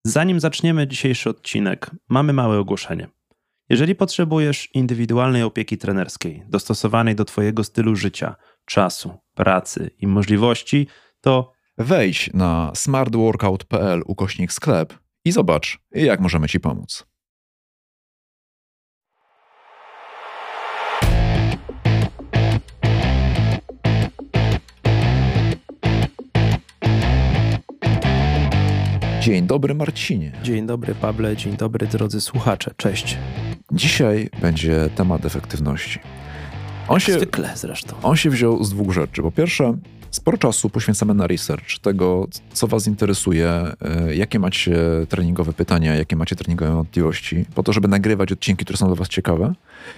Zanim zaczniemy dzisiejszy odcinek, mamy małe ogłoszenie. Jeżeli potrzebujesz indywidualnej opieki trenerskiej, dostosowanej do Twojego stylu życia, czasu, pracy i możliwości, to wejdź na smartworkout.pl/sklep i zobacz, jak możemy Ci pomóc. Dzień dobry, Marcinie. Dzień dobry, Pawle, dzień dobry, drodzy słuchacze, cześć. Dzisiaj będzie temat efektywności. Zwykle zresztą. On się wziął z dwóch rzeczy. Po pierwsze, sporo czasu poświęcamy na research tego, co Was interesuje, jakie macie treningowe pytania, jakie macie treningowe wątpliwości, po to, żeby nagrywać odcinki, które są dla Was ciekawe.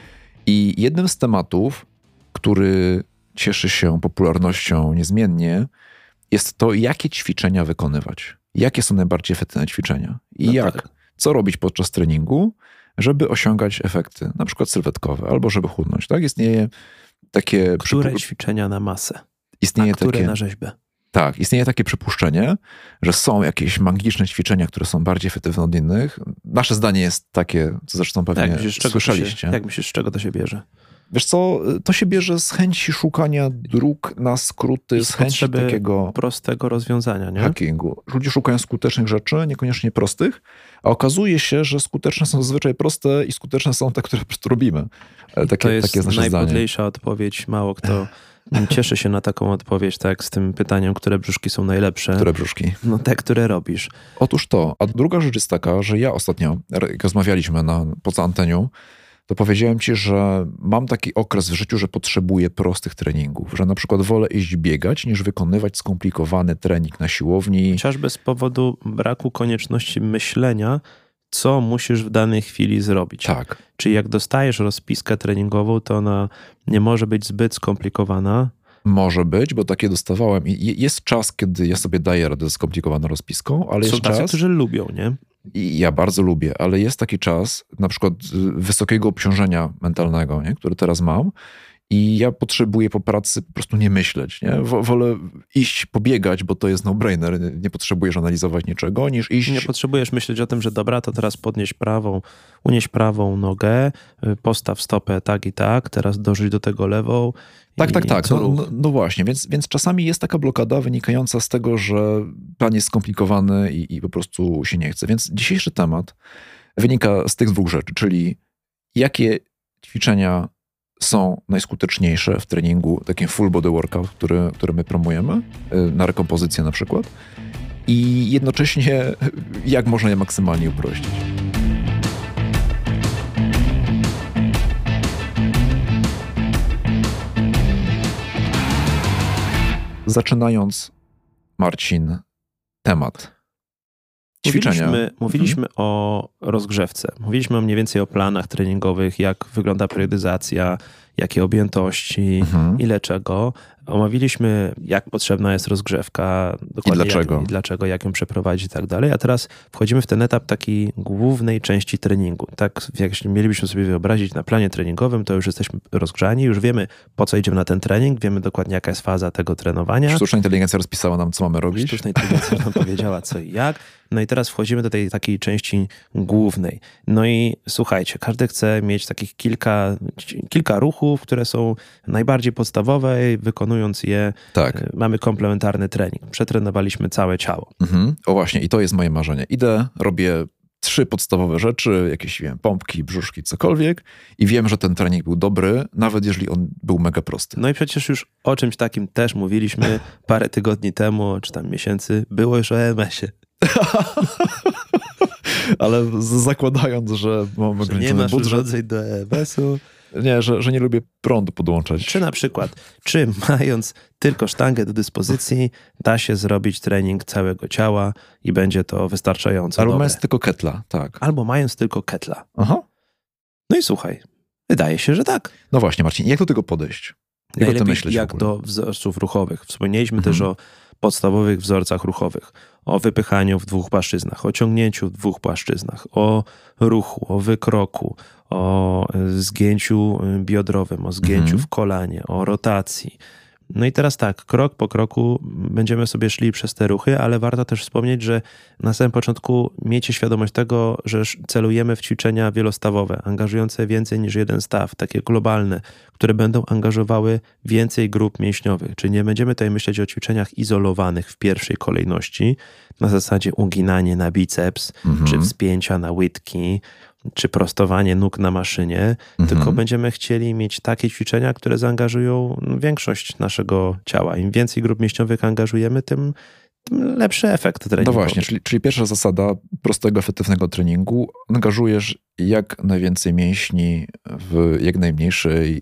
I jednym z tematów, który cieszy się popularnością niezmiennie, jest to, jakie ćwiczenia wykonywać. Jakie są najbardziej efektywne ćwiczenia i co robić podczas treningu, żeby osiągać efekty, na przykład sylwetkowe, albo żeby chudnąć. Tak? Istnieje takie... Które ćwiczenia na masę, które na rzeźbę. Tak, istnieje takie przypuszczenie, że są jakieś magiczne ćwiczenia, które są bardziej efektywne od innych. Nasze zdanie jest takie, co zresztą pewnie słyszeliście. Jak myślisz, z czego to się bierze? Wiesz co, to się bierze z chęci szukania dróg na skróty, z chęci takiego prostego rozwiązania, nie? Hackingu. Ludzie szukają skutecznych rzeczy, niekoniecznie prostych, a okazuje się, że skuteczne są zazwyczaj proste i skuteczne są te, które po prostu robimy. To jest najpodlejsza odpowiedź. Mało kto cieszy się na taką odpowiedź, tak, z tym pytaniem, które brzuszki są najlepsze. Które brzuszki? No te, które robisz. Otóż to. A druga rzecz jest taka, że ja ostatnio, jak rozmawialiśmy poza antenią, to powiedziałem Ci, że mam taki okres w życiu, że potrzebuję prostych treningów, że na przykład wolę iść biegać, niż wykonywać skomplikowany trening na siłowni. Chociażby z powodu braku konieczności myślenia, co musisz w danej chwili zrobić. Tak. Czyli jak dostajesz rozpiskę treningową, to ona nie może być zbyt skomplikowana. Może być, bo takie dostawałem i jest czas, kiedy ja sobie daję radę z skomplikowaną rozpiską, ale jest czas... Są tacy, którzy lubią, nie? I ja bardzo lubię, ale jest taki czas, na przykład wysokiego obciążenia mentalnego, nie, które teraz mam, i ja potrzebuję po pracy po prostu nie myśleć. Nie? Wolę iść, pobiegać, bo to jest no-brainer. Nie potrzebujesz analizować niczego, niż iść... Nie potrzebujesz myśleć o tym, że dobra, to teraz unieś prawą nogę, postaw stopę tak i tak, teraz dorzuć do tego lewą. Tak. No właśnie, więc czasami jest taka blokada wynikająca z tego, że plan jest skomplikowany i po prostu się nie chce. Więc dzisiejszy temat wynika z tych dwóch rzeczy, czyli jakie ćwiczenia są najskuteczniejsze w treningu, takim full body workout, który my promujemy, na rekompozycję na przykład, i jednocześnie jak można je maksymalnie uprościć. Zaczynając, Marcin, temat. Ćwiczenia. Mówiliśmy o rozgrzewce. Mówiliśmy mniej więcej o planach treningowych, jak wygląda periodyzacja, jakie objętości, ile czego. Omówiliśmy, jak potrzebna jest rozgrzewka, dokładnie i dlaczego, jak ją przeprowadzić i tak dalej. A teraz wchodzimy w ten etap takiej głównej części treningu. Tak, jak mielibyśmy sobie wyobrazić na planie treningowym, to już jesteśmy rozgrzani, już wiemy, po co idziemy na ten trening, wiemy dokładnie, jaka jest faza tego trenowania. Sztuczna inteligencja rozpisała nam, co mamy robić. Sztuczna inteligencja nam powiedziała, co i jak. No i teraz wchodzimy do tej takiej części głównej. No i słuchajcie, każdy chce mieć takich kilka ruchów, które są najbardziej podstawowe i wykonując je, mamy komplementarny trening. Przetrenowaliśmy całe ciało. O właśnie, i to jest moje marzenie. Idę, robię 3 podstawowe rzeczy, jakieś pompki, brzuszki, cokolwiek, i wiem, że ten trening był dobry, nawet jeżeli on był mega prosty. No i przecież już o czymś takim też mówiliśmy parę tygodni temu, czy tam miesięcy, było już o EMS-ie. Ale zakładając, że mam ograniczony budżet. Nie masz urządzeń do EMS-u. Nie, że nie lubię prądu podłączać. Czy na przykład, czy mając tylko sztangę do dyspozycji, da się zrobić trening całego ciała i będzie to wystarczająco Albo dobre. mając tylko ketla, tak. Albo mając tylko ketla. Aha. No i słuchaj, wydaje się, że tak. No właśnie, Marcin, jak do tego podejść? Najlepiej jak do wzorców ruchowych. Wspomnieliśmy też o podstawowych wzorcach ruchowych, o wypychaniu w 2 płaszczyznach, o ciągnięciu w 2 płaszczyznach, o ruchu, o wykroku, o zgięciu biodrowym, o zgięciu w kolanie, o rotacji. No i teraz tak, krok po kroku będziemy sobie szli przez te ruchy, ale warto też wspomnieć, że na samym początku miejcie świadomość tego, że celujemy w ćwiczenia wielostawowe, angażujące więcej niż jeden staw, takie globalne, które będą angażowały więcej grup mięśniowych. Czyli nie będziemy tutaj myśleć o ćwiczeniach izolowanych w pierwszej kolejności, na zasadzie uginanie na biceps, czy wspięcia na łydki, czy prostowanie nóg na maszynie, tylko będziemy chcieli mieć takie ćwiczenia, które zaangażują większość naszego ciała. Im więcej grup mięśniowych angażujemy, tym lepszy efekt treningu. No właśnie, czyli pierwsza zasada prostego, efektywnego treningu. Angażujesz jak najwięcej mięśni w jak najmniejszej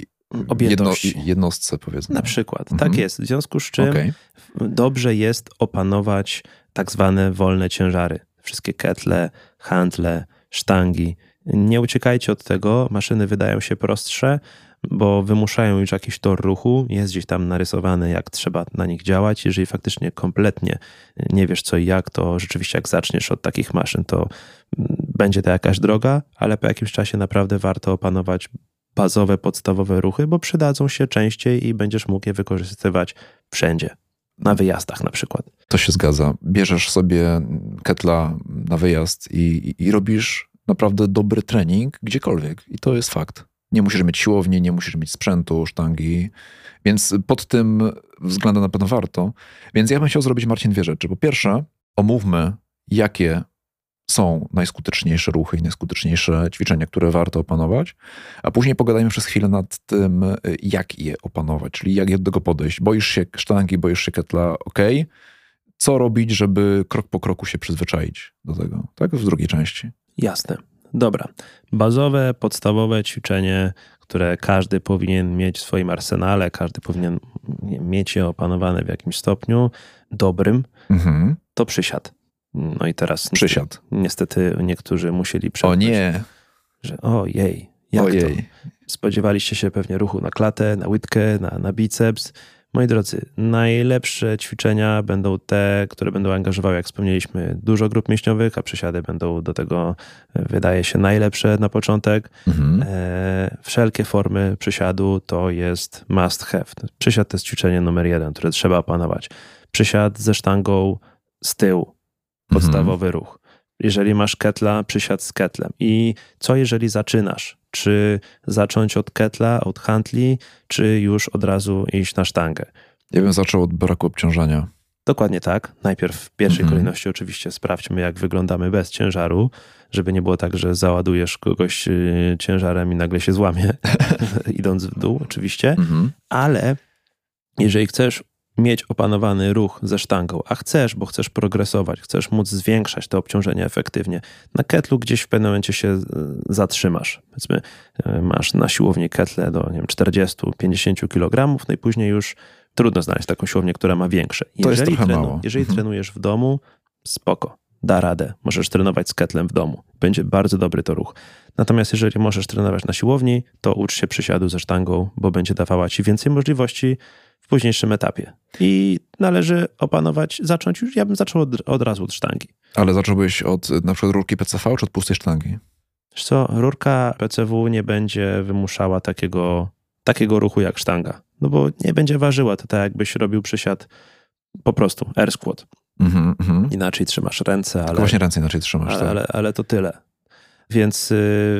jednostce, powiedzmy. Na przykład, tak jest. W związku z czym dobrze jest opanować tak zwane wolne ciężary. Wszystkie ketle, handle, sztangi. Nie uciekajcie od tego, maszyny wydają się prostsze, bo wymuszają już jakiś tor ruchu, jest gdzieś tam narysowane, jak trzeba na nich działać. Jeżeli faktycznie kompletnie nie wiesz co i jak, to rzeczywiście jak zaczniesz od takich maszyn, to będzie to jakaś droga, ale po jakimś czasie naprawdę warto opanować bazowe, podstawowe ruchy, bo przydadzą się częściej i będziesz mógł je wykorzystywać wszędzie. Na wyjazdach na przykład. To się zgadza. Bierzesz sobie ketla na wyjazd i robisz naprawdę dobry trening gdziekolwiek. I to jest fakt. Nie musisz mieć siłowni, nie musisz mieć sprzętu, sztangi. Więc pod tym względem na pewno warto. Więc ja bym chciał zrobić, Marcin, dwie rzeczy. Po pierwsze, omówmy, jakie są najskuteczniejsze ruchy i najskuteczniejsze ćwiczenia, które warto opanować, a później pogadajmy przez chwilę nad tym, jak je opanować, czyli jak do tego podejść. Boisz się sztangi, boisz się ketla, okej. Co robić, żeby krok po kroku się przyzwyczaić do tego, tak? W drugiej części. Jasne. Dobra. Bazowe, podstawowe ćwiczenie, które każdy powinien mieć w swoim arsenale, każdy powinien mieć je opanowane w jakimś stopniu dobrym, to przysiad. No i teraz przysiad. Niestety niektórzy musieli przerwać. O nie. Że ojej, jak to? Spodziewaliście się pewnie ruchu na klatę, na łydkę, na biceps. Moi drodzy, najlepsze ćwiczenia będą te, które będą angażowały, jak wspomnieliśmy, dużo grup mięśniowych, a przysiady będą do tego, wydaje się, najlepsze na początek. Wszelkie formy przysiadu to jest must have. Przysiad to jest ćwiczenie numer 1, które trzeba opanować. Przysiad ze sztangą z tyłu. Podstawowy ruch. Jeżeli masz ketla, przysiad z ketlem. I co jeżeli zaczynasz? Czy zacząć od ketla, od handli, czy już od razu iść na sztangę? Ja bym zaczął od braku obciążenia. Dokładnie tak. Najpierw w pierwszej kolejności oczywiście sprawdźmy, jak wyglądamy bez ciężaru, żeby nie było tak, że załadujesz kogoś ciężarem i nagle się złamie, idąc w dół oczywiście. Ale jeżeli chcesz mieć opanowany ruch ze sztangą, a chcesz, bo chcesz progresować, chcesz móc zwiększać to obciążenie efektywnie, na ketlu gdzieś w pewnym momencie się zatrzymasz. Powiedzmy, masz na siłowni ketle do 40-50 kg, no i później już trudno znaleźć taką siłownię, która ma większe. To jest trochę mało. Jeżeli trenujesz w domu, spoko, da radę. Możesz trenować z ketlem w domu. Będzie bardzo dobry to ruch. Natomiast jeżeli możesz trenować na siłowni, to ucz się przysiadu ze sztangą, bo będzie dawała ci więcej możliwości w późniejszym etapie. I należy opanować, zacząć już, ja bym zaczął od razu od sztangi. Ale zacząłbyś od na przykład rurki PCV czy od pustej sztangi? Wiesz co, rurka PCW nie będzie wymuszała takiego ruchu jak sztanga. No bo nie będzie ważyła, to tak jakbyś robił przysiad po prostu, air squat. Inaczej trzymasz ręce, ale... Właśnie ręce inaczej trzymasz, ale to tyle. Więc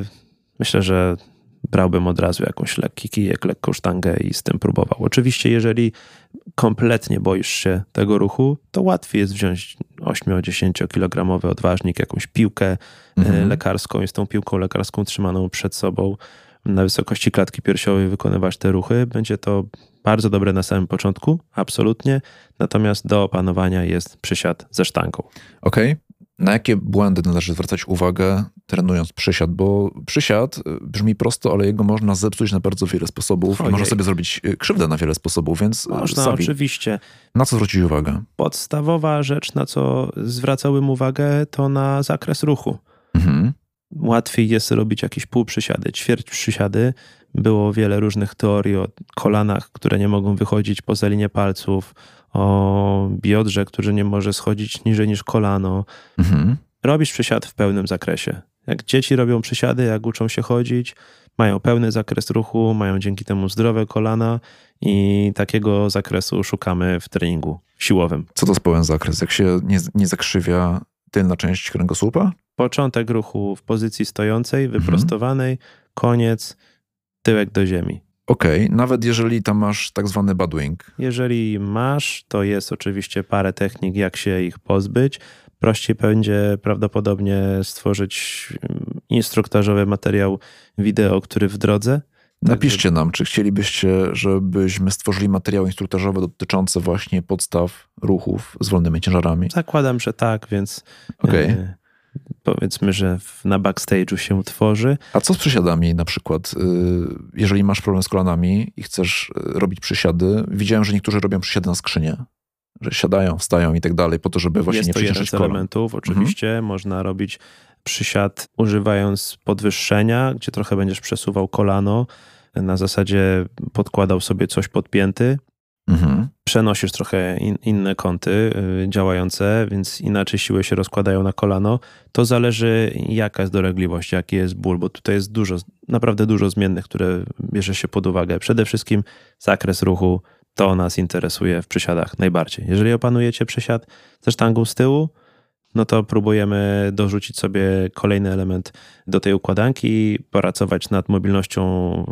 myślę, że brałbym od razu jakąś lekki kijek, lekką sztangę i z tym próbował. Oczywiście, jeżeli kompletnie boisz się tego ruchu, to łatwiej jest wziąć 8-10 kilogramowy odważnik, jakąś piłkę lekarską i z tą piłką lekarską trzymaną przed sobą na wysokości klatki piersiowej wykonywać te ruchy. Będzie to bardzo dobre na samym początku, absolutnie. Natomiast do opanowania jest przysiad ze sztangą. Okej. Na jakie błędy należy zwracać uwagę, trenując przysiad? Bo przysiad brzmi prosto, ale jego można zepsuć na bardzo wiele sposobów. I można sobie zrobić krzywdę na wiele sposobów, więc można, oczywiście. Na co zwrócić uwagę? Podstawowa rzecz, na co zwracałem uwagę, to na zakres ruchu. Łatwiej jest robić jakieś półprzysiady, ćwierć przysiady. Było wiele różnych teorii o kolanach, które nie mogą wychodzić poza linię palców, o biodrze, który nie może schodzić niżej niż kolano. Robisz przysiad w pełnym zakresie. Jak dzieci robią przysiady, jak uczą się chodzić, mają pełny zakres ruchu, mają dzięki temu zdrowe kolana i takiego zakresu szukamy w treningu siłowym. Co to jest pełen zakres? Jak się nie zakrzywia tylna część kręgosłupa? Początek ruchu w pozycji stojącej, wyprostowanej, koniec, tyłek do ziemi. Okej, nawet jeżeli tam masz tak zwany badwing. Jeżeli masz, to jest oczywiście parę technik, jak się ich pozbyć. Prościej będzie prawdopodobnie stworzyć instruktażowy materiał wideo, który w drodze. Napiszcie nam, czy chcielibyście, żebyśmy stworzyli materiały instruktażowe dotyczące właśnie podstaw ruchów z wolnymi ciężarami? Zakładam, że tak, więc powiedzmy, że na backstage'u się utworzy. A co z przysiadami na przykład? Jeżeli masz problem z kolanami i chcesz robić przysiady, widziałem, że niektórzy robią przysiady na skrzynię, że siadają, wstają i tak dalej, po to, żeby właśnie nie przyciążać Jest to kolan. jeden z elementów, oczywiście. Można robić przysiad używając podwyższenia, gdzie trochę będziesz przesuwał kolano, na zasadzie podkładał sobie coś pod pięty. Przenosisz trochę inne kąty działające, więc inaczej siły się rozkładają na kolano. To zależy, jaka jest dolegliwość, jaki jest ból, bo tutaj jest naprawdę dużo zmiennych, które bierze się pod uwagę. Przede wszystkim zakres ruchu, to nas interesuje w przysiadach najbardziej. Jeżeli opanujecie przysiad ze sztangą z tyłu, no to próbujemy dorzucić sobie kolejny element do tej układanki, pracować nad mobilnością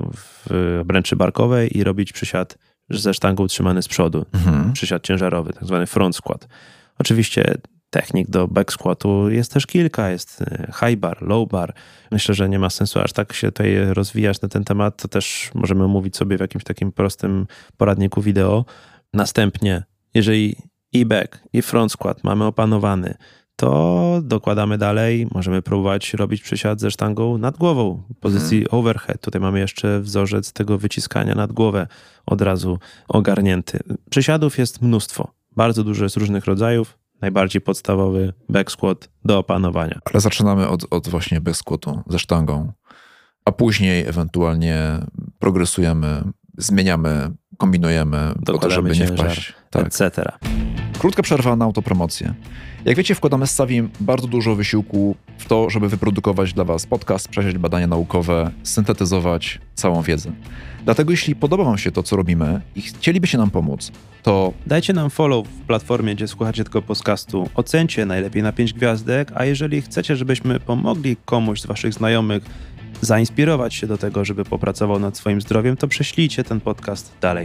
w obręczy barkowej i robić przysiad ze sztangą trzymany z przodu. Przysiad ciężarowy, tak zwany front squat. Oczywiście technik do back squatu jest też kilka. Jest high bar, low bar. Myślę, że nie ma sensu aż tak się tutaj rozwijać na ten temat. To też możemy mówić sobie w jakimś takim prostym poradniku wideo. Następnie, jeżeli i back, i front squat mamy opanowany, to dokładamy dalej. Możemy próbować robić przysiad ze sztangą nad głową w pozycji overhead. Tutaj mamy jeszcze wzorzec tego wyciskania nad głowę od razu ogarnięty. Przysiadów jest mnóstwo. Bardzo dużo jest różnych rodzajów. Najbardziej podstawowy back squat do opanowania. Ale zaczynamy od właśnie back squatu ze sztangą, a później ewentualnie progresujemy, zmieniamy, kombinujemy po to, żeby nie wpaść. Etc. Krótka przerwa na autopromocję. Jak wiecie, wkładamy z Savim bardzo dużo wysiłku w to, żeby wyprodukować dla Was podcast, przejrzeć badania naukowe, syntetyzować całą wiedzę. Dlatego jeśli podoba Wam się to, co robimy i chcielibyście nam pomóc, to dajcie nam follow w platformie, gdzie słuchacie tego podcastu. Ocencie najlepiej na 5 gwiazdek, a jeżeli chcecie, żebyśmy pomogli komuś z Waszych znajomych zainspirować się do tego, żeby popracował nad swoim zdrowiem, to prześlijcie ten podcast dalej.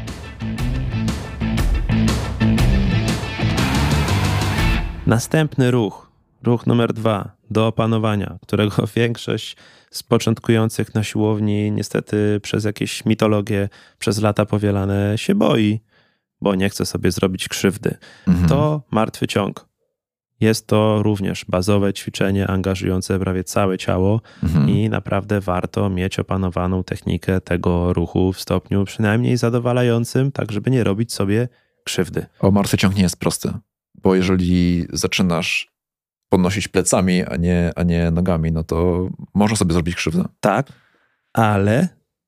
Następny ruch numer 2, do opanowania, którego większość z początkujących na siłowni niestety przez jakieś mitologie przez lata powielane się boi, bo nie chce sobie zrobić krzywdy. To martwy ciąg. Jest to również bazowe ćwiczenie angażujące prawie całe ciało i naprawdę warto mieć opanowaną technikę tego ruchu w stopniu przynajmniej zadowalającym, tak żeby nie robić sobie krzywdy. martwy ciąg nie jest prosty, bo jeżeli zaczynasz podnosić plecami, a nie nogami, no to można sobie zrobić krzywdę. Tak, ale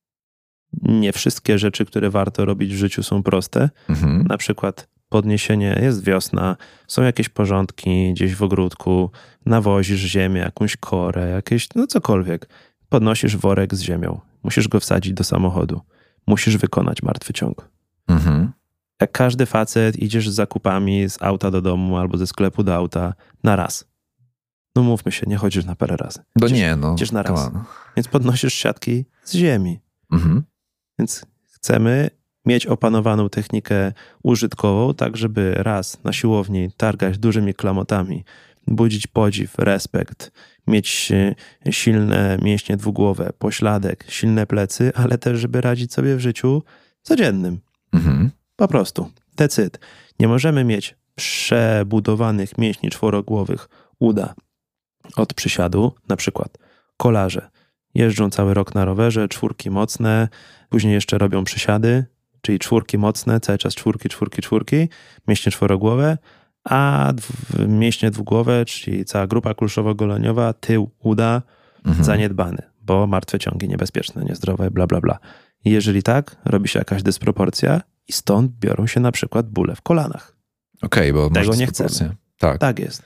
nie wszystkie rzeczy, które warto robić w życiu są proste. Na przykład podniesienie, jest wiosna, są jakieś porządki gdzieś w ogródku, nawozisz ziemię, jakąś korę, jakieś, no cokolwiek. Podnosisz worek z ziemią, musisz go wsadzić do samochodu. Musisz wykonać martwy ciąg. Jak każdy facet idziesz z zakupami z auta do domu albo ze sklepu do auta na raz. No mówmy się, nie chodzisz na parę razy. Idziesz na raz. Więc podnosisz siatki z ziemi. Więc chcemy mieć opanowaną technikę użytkową, tak żeby raz na siłowni targać dużymi klamotami, budzić podziw, respekt, mieć silne mięśnie dwugłowe, pośladek, silne plecy, ale też żeby radzić sobie w życiu codziennym. Po prostu. That's it. Nie możemy mieć przebudowanych mięśni czworogłowych uda od przysiadu, na przykład kolarze jeżdżą cały rok na rowerze, czwórki mocne, później jeszcze robią przysiady, czyli czwórki mocne, cały czas czwórki, mięśnie czworogłowe, a mięśnie dwugłowe, czyli cała grupa kulszowo-goleniowa, tył uda, zaniedbany, bo martwe ciągi niebezpieczne, niezdrowe, bla, bla, bla. I jeżeli tak, robi się jakaś dysproporcja i stąd biorą się na przykład bóle w kolanach. Okej, bo tego nie chcemy. Tak Tak jest.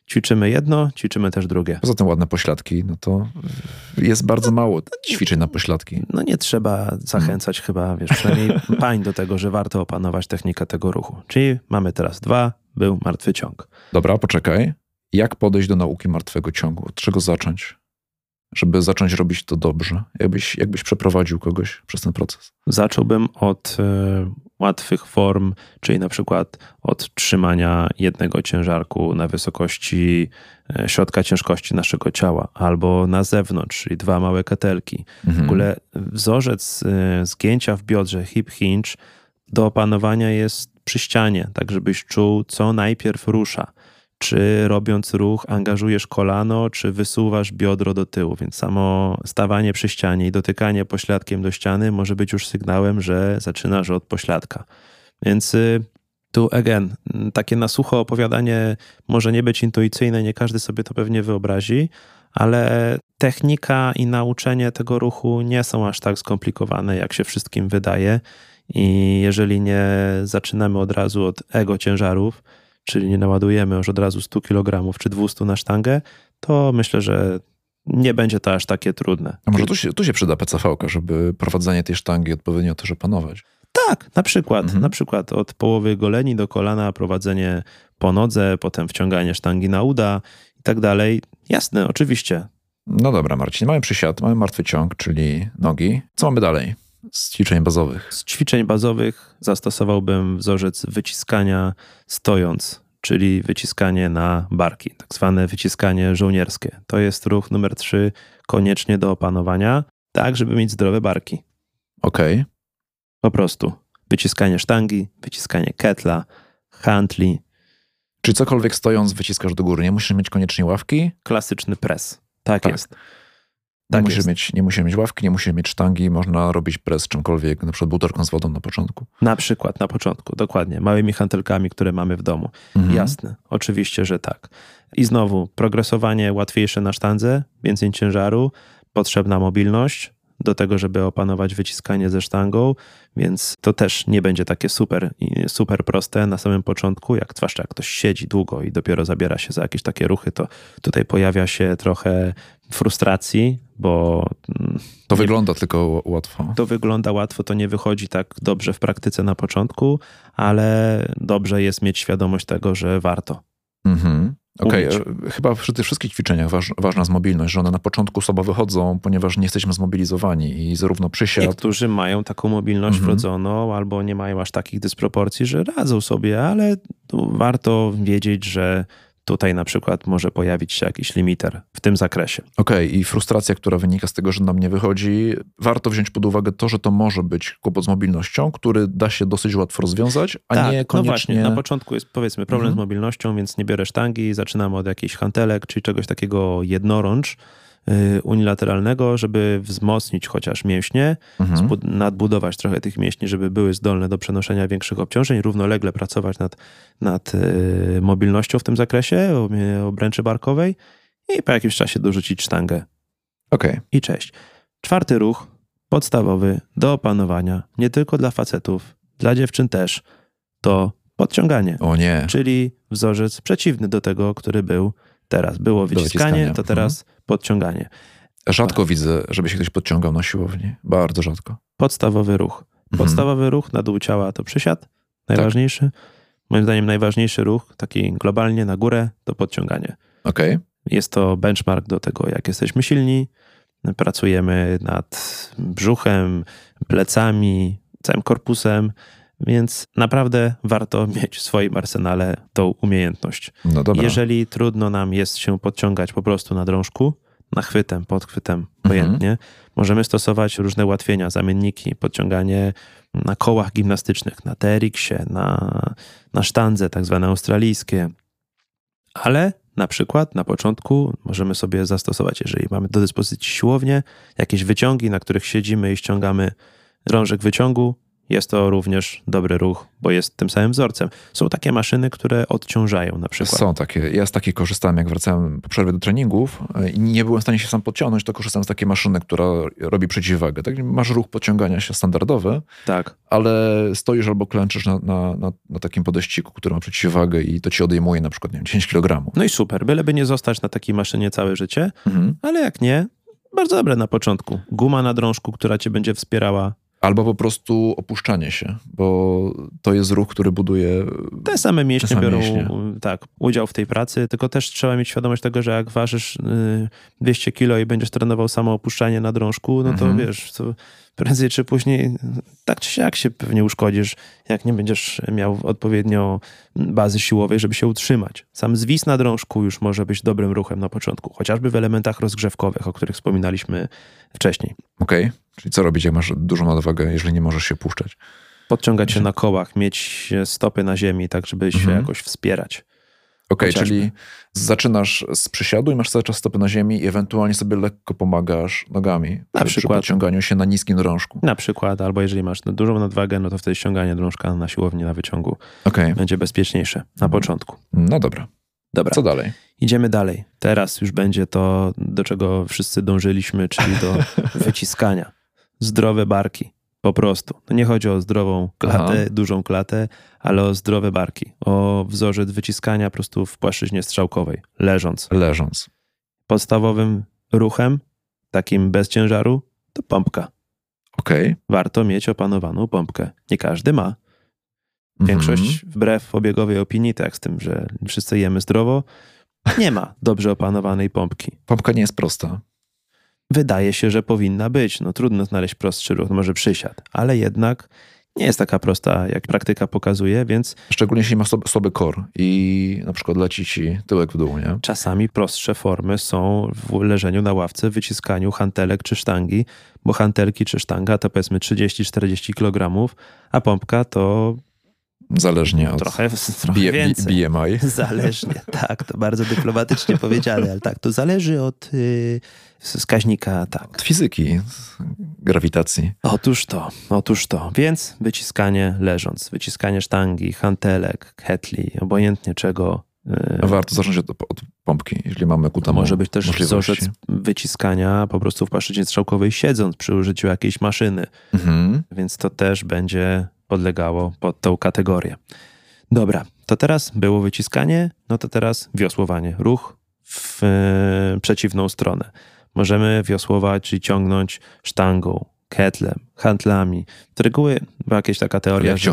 ćwiczymy jedno, ćwiczymy też drugie. Poza tym ładne pośladki, no to jest bardzo mało ćwiczeń na pośladki. No nie trzeba zachęcać chyba, przynajmniej pań do tego, że warto opanować technikę tego ruchu. Czyli mamy teraz 2, był martwy ciąg. Dobra, poczekaj. Jak podejść do nauki martwego ciągu? Od czego zacząć? Żeby zacząć robić to dobrze. Jakbyś przeprowadził kogoś przez ten proces? Zacząłbym od łatwych form, czyli na przykład od trzymania jednego ciężarku na wysokości środka ciężkości naszego ciała, albo na zewnątrz, czyli 2 małe ketelki. W ogóle wzorzec zgięcia w biodrze hip hinge do opanowania jest przy ścianie, tak żebyś czuł, co najpierw rusza. Czy robiąc ruch angażujesz kolano, czy wysuwasz biodro do tyłu. Więc samo stawanie przy ścianie i dotykanie pośladkiem do ściany może być już sygnałem, że zaczynasz od pośladka. Więc tu again, takie na sucho opowiadanie może nie być intuicyjne, nie każdy sobie to pewnie wyobrazi, ale technika i nauczenie tego ruchu nie są aż tak skomplikowane, jak się wszystkim wydaje. I jeżeli nie zaczynamy od razu od ego ciężarów, czyli nie naładujemy już od razu 100 kg czy 200 na sztangę, to myślę, że nie będzie to aż takie trudne. A może tu się przyda PCV-ka, żeby prowadzenie tej sztangi odpowiednio też opanować? Tak, na przykład od połowy goleni do kolana prowadzenie po nodze, potem wciąganie sztangi na uda i tak dalej. Jasne, oczywiście. No dobra, Marcin, mamy przysiad, mamy martwy ciąg, czyli nogi. Co mamy dalej z ćwiczeń bazowych? Z ćwiczeń bazowych zastosowałbym wzorzec wyciskania stojąc, czyli wyciskanie na barki, tak zwane wyciskanie żołnierskie. To jest ruch numer 3, koniecznie do opanowania, tak żeby mieć zdrowe barki. Okej. Po prostu wyciskanie sztangi, wyciskanie ketla, hantli. Czyli cokolwiek stojąc wyciskasz do góry, nie musisz mieć koniecznie ławki? Klasyczny pres. Tak jest. Nie musisz mieć ławki, nie musisz mieć sztangi, można robić pres czymkolwiek, na przykład butelką z wodą na początku. Na przykład, na początku, dokładnie. Małymi hantelkami, które mamy w domu. Jasne, oczywiście, że tak. I znowu, progresowanie łatwiejsze na sztandze, więcej ciężaru, potrzebna mobilność do tego, żeby opanować wyciskanie ze sztangą, więc to też nie będzie takie super proste na samym początku, zwłaszcza jak ktoś siedzi długo i dopiero zabiera się za jakieś takie ruchy, to tutaj pojawia się trochę frustracji, bo... To wygląda tylko łatwo. To wygląda łatwo, to nie wychodzi tak dobrze w praktyce na początku, ale dobrze jest mieć świadomość tego, że warto. Okej, chyba przy tych wszystkich ćwiczeniach ważna jest mobilność, że one na początku słabo wychodzą, ponieważ nie jesteśmy zmobilizowani i zarówno przysiad... Niektórzy mają taką mobilność wrodzoną albo nie mają aż takich dysproporcji, że radzą sobie, ale warto wiedzieć, że tutaj na przykład może pojawić się jakiś limiter w tym zakresie. Okej, i frustracja, która wynika z tego, że nam nie wychodzi, warto wziąć pod uwagę to, że to może być kłopot z mobilnością, który da się dosyć łatwo rozwiązać, a nie koniecznie... No właśnie, na początku jest powiedzmy problem z mobilnością, więc nie biorę sztangi, zaczynamy od jakichś hantelek, czyli czegoś takiego jednorącz, unilateralnego, żeby wzmocnić chociaż mięśnie, nadbudować trochę tych mięśni, żeby były zdolne do przenoszenia większych obciążeń, równolegle pracować nad mobilnością w tym zakresie, obręczy barkowej i po jakimś czasie dorzucić sztangę. Okej. I cześć. 4. ruch, podstawowy, do opanowania, nie tylko dla facetów, dla dziewczyn też, to podciąganie. O nie. Czyli wzorzec przeciwny do tego, który był teraz. Było wyciskanie, to teraz podciąganie. Rzadko widzę, żeby się ktoś podciągał na siłowni. Bardzo rzadko. Podstawowy ruch. Podstawowy ruch na dół ciała to przysiad. Najważniejszy. Tak. Moim zdaniem najważniejszy ruch, taki globalnie na górę, to podciąganie. Okej. Jest to benchmark do tego, jak jesteśmy silni. Pracujemy nad brzuchem, plecami, całym korpusem, więc naprawdę warto mieć w swoim arsenale tą umiejętność. No dobra. Jeżeli trudno nam jest się podciągać po prostu na drążku, nachwytem, podchwytem, pojętnie, możemy stosować różne ułatwienia, zamienniki, podciąganie na kołach gimnastycznych, na TRX-ie, na sztandze, tak zwane australijskie. Ale na przykład na początku możemy sobie zastosować, jeżeli mamy do dyspozycji siłownię, jakieś wyciągi, na których siedzimy i ściągamy drążek wyciągu, jest to również dobry ruch, bo jest tym samym wzorcem. Są takie maszyny, które odciążają na przykład. Są takie. Ja z takiej korzystałem, jak wracałem po przerwie do treningów i nie byłem w stanie się sam podciągnąć, to korzystałem z takiej maszyny, która robi przeciwwagę. Tak, masz ruch podciągania się standardowy, Tak. ale stoisz albo klęczysz na takim podejściku, który ma przeciwwagę i to ci odejmuje na przykład, nie wiem, 10 kg. No i super, byleby nie zostać na takiej maszynie całe życie, ale jak nie, bardzo dobre na początku. Guma na drążku, która cię będzie wspierała. Albo po prostu opuszczanie się, bo to jest ruch, który buduje... Te same mięśnie biorą mięśnie. Tak, udział w tej pracy, tylko też trzeba mieć świadomość tego, że jak ważysz 200 kilo i będziesz trenował samo opuszczanie na drążku, no to wiesz, to prędzej czy później tak czy siak się pewnie uszkodzisz, jak nie będziesz miał odpowiednio bazy siłowej, żeby się utrzymać. Sam zwis na drążku już może być dobrym ruchem na początku, chociażby w elementach rozgrzewkowych, o których wspominaliśmy wcześniej. Okej. Czyli co robić, jak masz dużą nadwagę, jeżeli nie możesz się puszczać? Podciągać się na kołach, mieć stopy na ziemi, tak żeby się jakoś wspierać. Okej, Chociażby. czyli zaczynasz z przysiadu i masz cały czas stopy na ziemi i ewentualnie sobie lekko pomagasz nogami Na przy przykład. podciąganiu się na niskim drążku. Na przykład, albo jeżeli masz dużą nadwagę, no to wtedy ściąganie drążka na siłowni, na wyciągu Okej, będzie bezpieczniejsze na początku. no dobra. Dobra, Co dalej? idziemy dalej. Teraz już będzie to, do czego wszyscy dążyliśmy, czyli do wyciskania. Zdrowe barki, po prostu. To nie chodzi o zdrową klatę, dużą klatę, ale o zdrowe barki. O wzorzec wyciskania po prostu w płaszczyźnie strzałkowej, leżąc. Leżąc. Podstawowym ruchem, takim bez ciężaru, to pompka. Okej. Warto mieć opanowaną pompkę. Nie każdy ma. Większość, wbrew obiegowej opinii, tak z tym, że wszyscy jemy zdrowo, nie ma dobrze opanowanej pompki. Pompka nie jest prosta. Wydaje się, że powinna być. No trudno znaleźć prostszy ruch, może przysiad, ale jednak nie jest taka prosta, jak praktyka pokazuje, więc Szczególnie jeśli masz słaby core i na przykład leci ci tyłek w dół, nie? czasami prostsze formy są w leżeniu na ławce, wyciskaniu hantelek czy sztangi, bo hantelki czy sztanga to powiedzmy 30-40 kg, a pompka to Zależnie od trochę więcej. BMI. Zależnie, tak, to bardzo dyplomatycznie powiedziane, ale tak, to zależy od wskaźnika, tak. Od fizyki, grawitacji. Otóż to. Więc wyciskanie leżąc, wyciskanie sztangi, hantelek, ketli, obojętnie czego. Warto zacząć od pompki, jeżeli mamy ku temu Może być też możliwości. wzorzec wyciskania po prostu w płaszczyźnie strzałkowej siedząc przy użyciu jakiejś maszyny. Więc to też będzie podlegało pod tą kategorię. Dobra, to teraz było wyciskanie, no to teraz wiosłowanie. Ruch w przeciwną stronę. Możemy wiosłować, czyli ciągnąć sztangą, ketlem, hantlami. Z reguły była jakaś taka teoria, że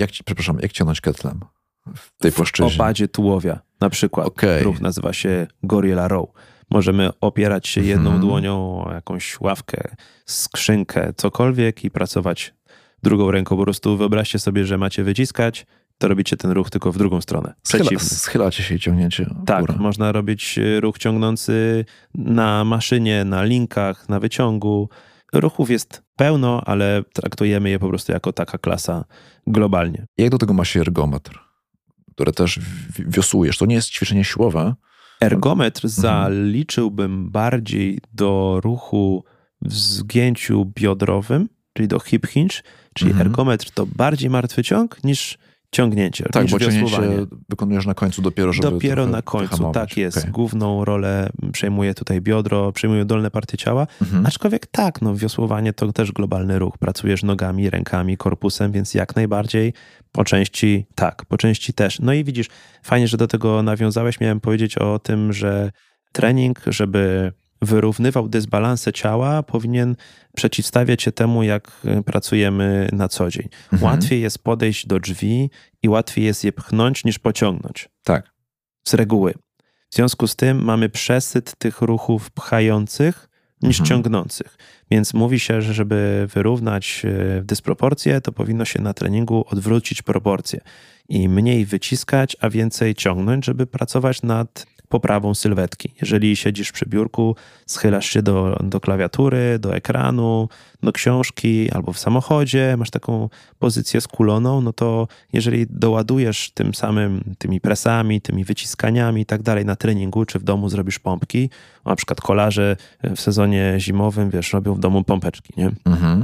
Jak ciągnąć ketlem w tej płaszczyźnie? opadzie tułowia na przykład. Okej. Ruch nazywa się Gorilla Row. Możemy opierać się jedną dłonią o jakąś ławkę, skrzynkę, cokolwiek i pracować drugą ręką. Po prostu wyobraźcie sobie, że macie wyciskać, to robicie ten ruch tylko w drugą stronę. Przeciwny. Schylacie się i ciągniecie w Tak, górę. można robić ruch ciągnący na maszynie, na linkach, na wyciągu. Ruchów jest pełno, ale traktujemy je po prostu jako taka klasa globalnie. Jak do tego ma się ergometr, który też wiosłujesz? To nie jest ćwiczenie siłowe. Ergometr zaliczyłbym bardziej do ruchu w zgięciu biodrowym, czyli do hip hinge, czyli ergometr to bardziej martwy ciąg niż ciągnięcie, Tak, niż bo wiosłowanie. ciągnięcie wykonujesz na końcu dopiero, żeby Dopiero trochę na końcu, hamować. tak jest. Okej. Główną rolę przejmuje tutaj biodro, przejmują dolne partie ciała, aczkolwiek tak, no wiosłowanie to też globalny ruch. Pracujesz nogami, rękami, korpusem, więc jak najbardziej po części tak, po części też. No i widzisz, fajnie, że do tego nawiązałeś. Miałem powiedzieć o tym, że trening, żeby wyrównywał dysbalansę ciała, powinien przeciwstawiać się temu, jak pracujemy na co dzień. Łatwiej jest podejść do drzwi i łatwiej jest je pchnąć niż pociągnąć. Tak. Z reguły. W związku z tym mamy przesyt tych ruchów pchających niż ciągnących. Więc mówi się, że żeby wyrównać dysproporcje, to powinno się na treningu odwrócić proporcje i mniej wyciskać, a więcej ciągnąć, żeby pracować nad poprawą sylwetki. Jeżeli siedzisz przy biurku, schylasz się do klawiatury, do ekranu, do książki albo w samochodzie, masz taką pozycję skuloną, no to jeżeli doładujesz tym samym tymi presami, tymi wyciskaniami i tak dalej na treningu, czy w domu zrobisz pompki, na przykład kolarze w sezonie zimowym, wiesz, robią w domu pompeczki, nie?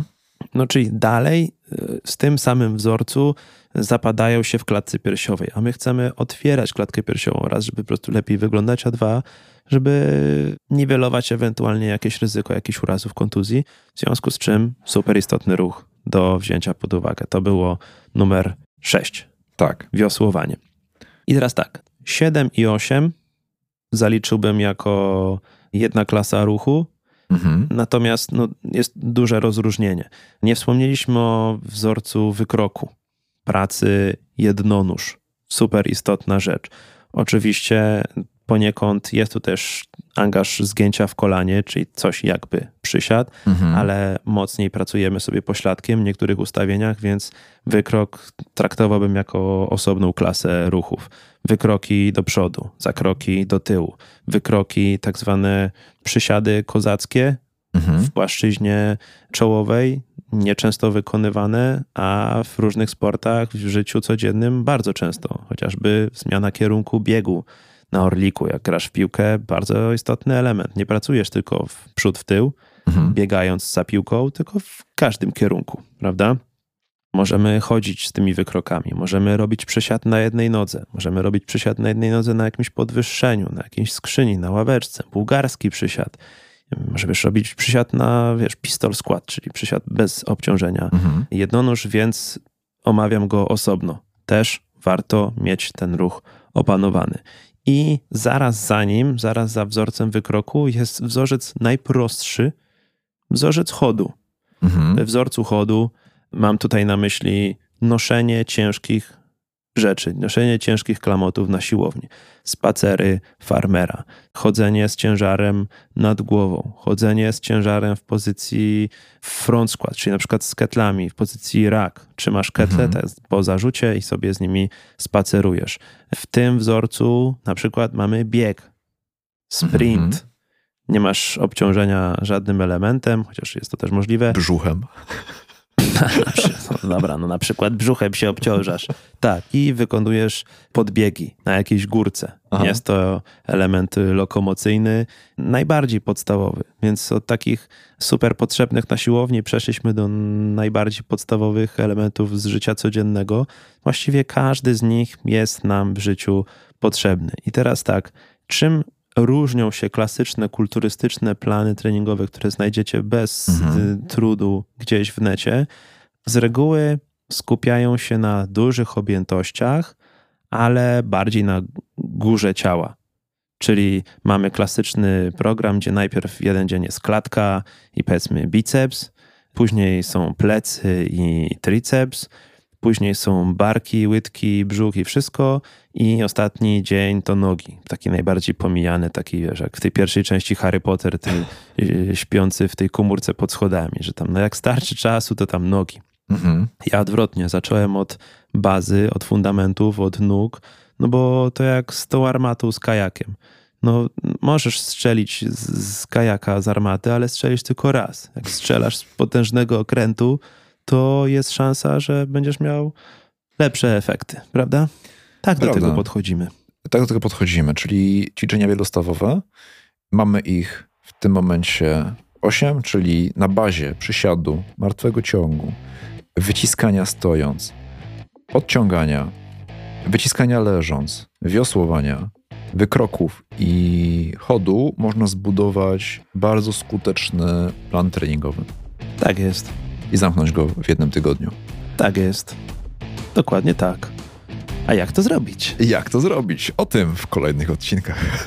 No czyli dalej z tym samym wzorcu zapadają się w klatce piersiowej, a my chcemy otwierać klatkę piersiową raz, żeby po prostu lepiej wyglądać, a dwa, żeby niwelować ewentualnie jakieś ryzyko jakichś urazów, kontuzji, w związku z czym super istotny ruch do wzięcia pod uwagę. To było numer 6. Tak. Wiosłowanie. I teraz tak, 7 i 8 zaliczyłbym jako jedna klasa ruchu, natomiast jest duże rozróżnienie. Nie wspomnieliśmy o wzorcu wykroku, pracy jednonóż. Super istotna rzecz. Oczywiście poniekąd jest tu też angaż zgięcia w kolanie, czyli coś jakby przysiad, ale mocniej pracujemy sobie pośladkiem w niektórych ustawieniach, więc wykrok traktowałbym jako osobną klasę ruchów. Wykroki do przodu, zakroki do tyłu, wykroki tak zwane przysiady kozackie w płaszczyźnie czołowej, nieczęsto wykonywane, a w różnych sportach w życiu codziennym bardzo często, chociażby zmiana kierunku biegu na orliku, jak grasz w piłkę, bardzo istotny element. Nie pracujesz tylko w przód, w tył, biegając za piłką, tylko w każdym kierunku, prawda? Możemy chodzić z tymi wykrokami, możemy robić przysiad na jednej nodze, możemy robić przysiad na jednej nodze na jakimś podwyższeniu, na jakiejś skrzyni, na ławeczce, bułgarski przysiad. Możemy robić przysiad na, pistol squat, czyli przysiad bez obciążenia jednonóż, więc omawiam go osobno. Też warto mieć ten ruch opanowany. I zaraz za wzorcem wykroku jest wzorzec najprostszy, wzorzec chodu. We wzorcu chodu mam tutaj na myśli noszenie ciężkich rzeczy, noszenie ciężkich klamotów na siłowni, spacery farmera, chodzenie z ciężarem nad głową, chodzenie z ciężarem w pozycji front squat, czyli na przykład z ketlami w pozycji rack. Trzymasz ketle po zarzucie i sobie z nimi spacerujesz. W tym wzorcu na przykład mamy bieg, sprint. Nie masz obciążenia żadnym elementem, chociaż jest to też możliwe. Brzuchem. Dobra, na przykład brzuchem się obciążasz. Tak, i wykonujesz podbiegi na jakiejś górce. Jest to element lokomocyjny, najbardziej podstawowy. Więc od takich super potrzebnych na siłowni przeszliśmy do najbardziej podstawowych elementów z życia codziennego. Właściwie każdy z nich jest nam w życiu potrzebny. I teraz tak, czym różnią się klasyczne, kulturystyczne plany treningowe, które znajdziecie bez trudu gdzieś w necie? Z reguły skupiają się na dużych objętościach, ale bardziej na górze ciała. Czyli mamy klasyczny program, gdzie najpierw jeden dzień jest klatka i powiedzmy biceps, później są plecy i triceps, później są barki, łydki, brzuch i wszystko i ostatni dzień to nogi. Taki najbardziej pomijany, taki jak w tej pierwszej części Harry Potter, ten śpiący w tej komórce pod schodami, że tam jak starczy czasu, to tam nogi. Ja odwrotnie, zacząłem od bazy, od fundamentów, od nóg, no bo to jak z tą armatą, z kajakiem. No możesz strzelić z kajaka, z armaty, ale strzelisz tylko raz. Jak strzelasz z potężnego okrętu, to jest szansa, że będziesz miał lepsze efekty, prawda? Tak do tego podchodzimy. Tak do tego podchodzimy, czyli ćwiczenia wielostawowe. Mamy ich w tym momencie 8, czyli na bazie przysiadu, martwego ciągu, wyciskania stojąc, podciągania, wyciskania leżąc, wiosłowania, wykroków i chodu można zbudować bardzo skuteczny plan treningowy. Tak jest. I zamknąć go w jednym tygodniu. Tak jest. Dokładnie tak. A jak to zrobić? Jak to zrobić? O tym w kolejnych odcinkach.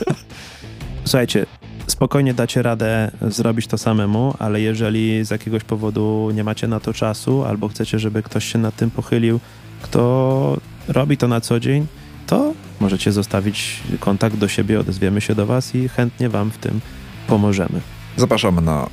Słuchajcie, spokojnie dacie radę zrobić to samemu, ale jeżeli z jakiegoś powodu nie macie na to czasu albo chcecie, żeby ktoś się nad tym pochylił, kto robi to na co dzień, to możecie zostawić kontakt do siebie, odezwiemy się do was i chętnie wam w tym pomożemy. Zapraszamy na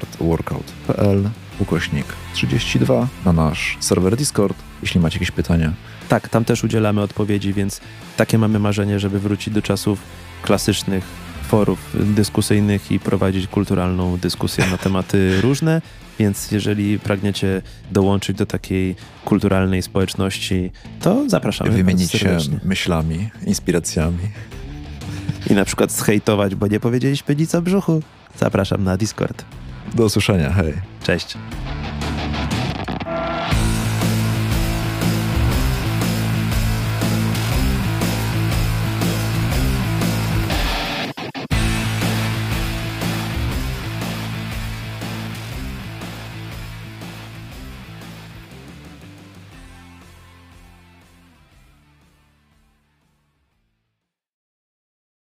smartworkout.pl/32 na nasz serwer Discord, jeśli macie jakieś pytania. Tak, tam też udzielamy odpowiedzi, więc takie mamy marzenie, żeby wrócić do czasów klasycznych forów dyskusyjnych i prowadzić kulturalną dyskusję na tematy różne, więc jeżeli pragniecie dołączyć do takiej kulturalnej społeczności, to zapraszamy. Wymienić się myślami, inspiracjami. I na przykład zhejtować, bo nie powiedzieliśmy nic o brzuchu. Zapraszam na Discord. Do usłyszenia, hej. Cześć.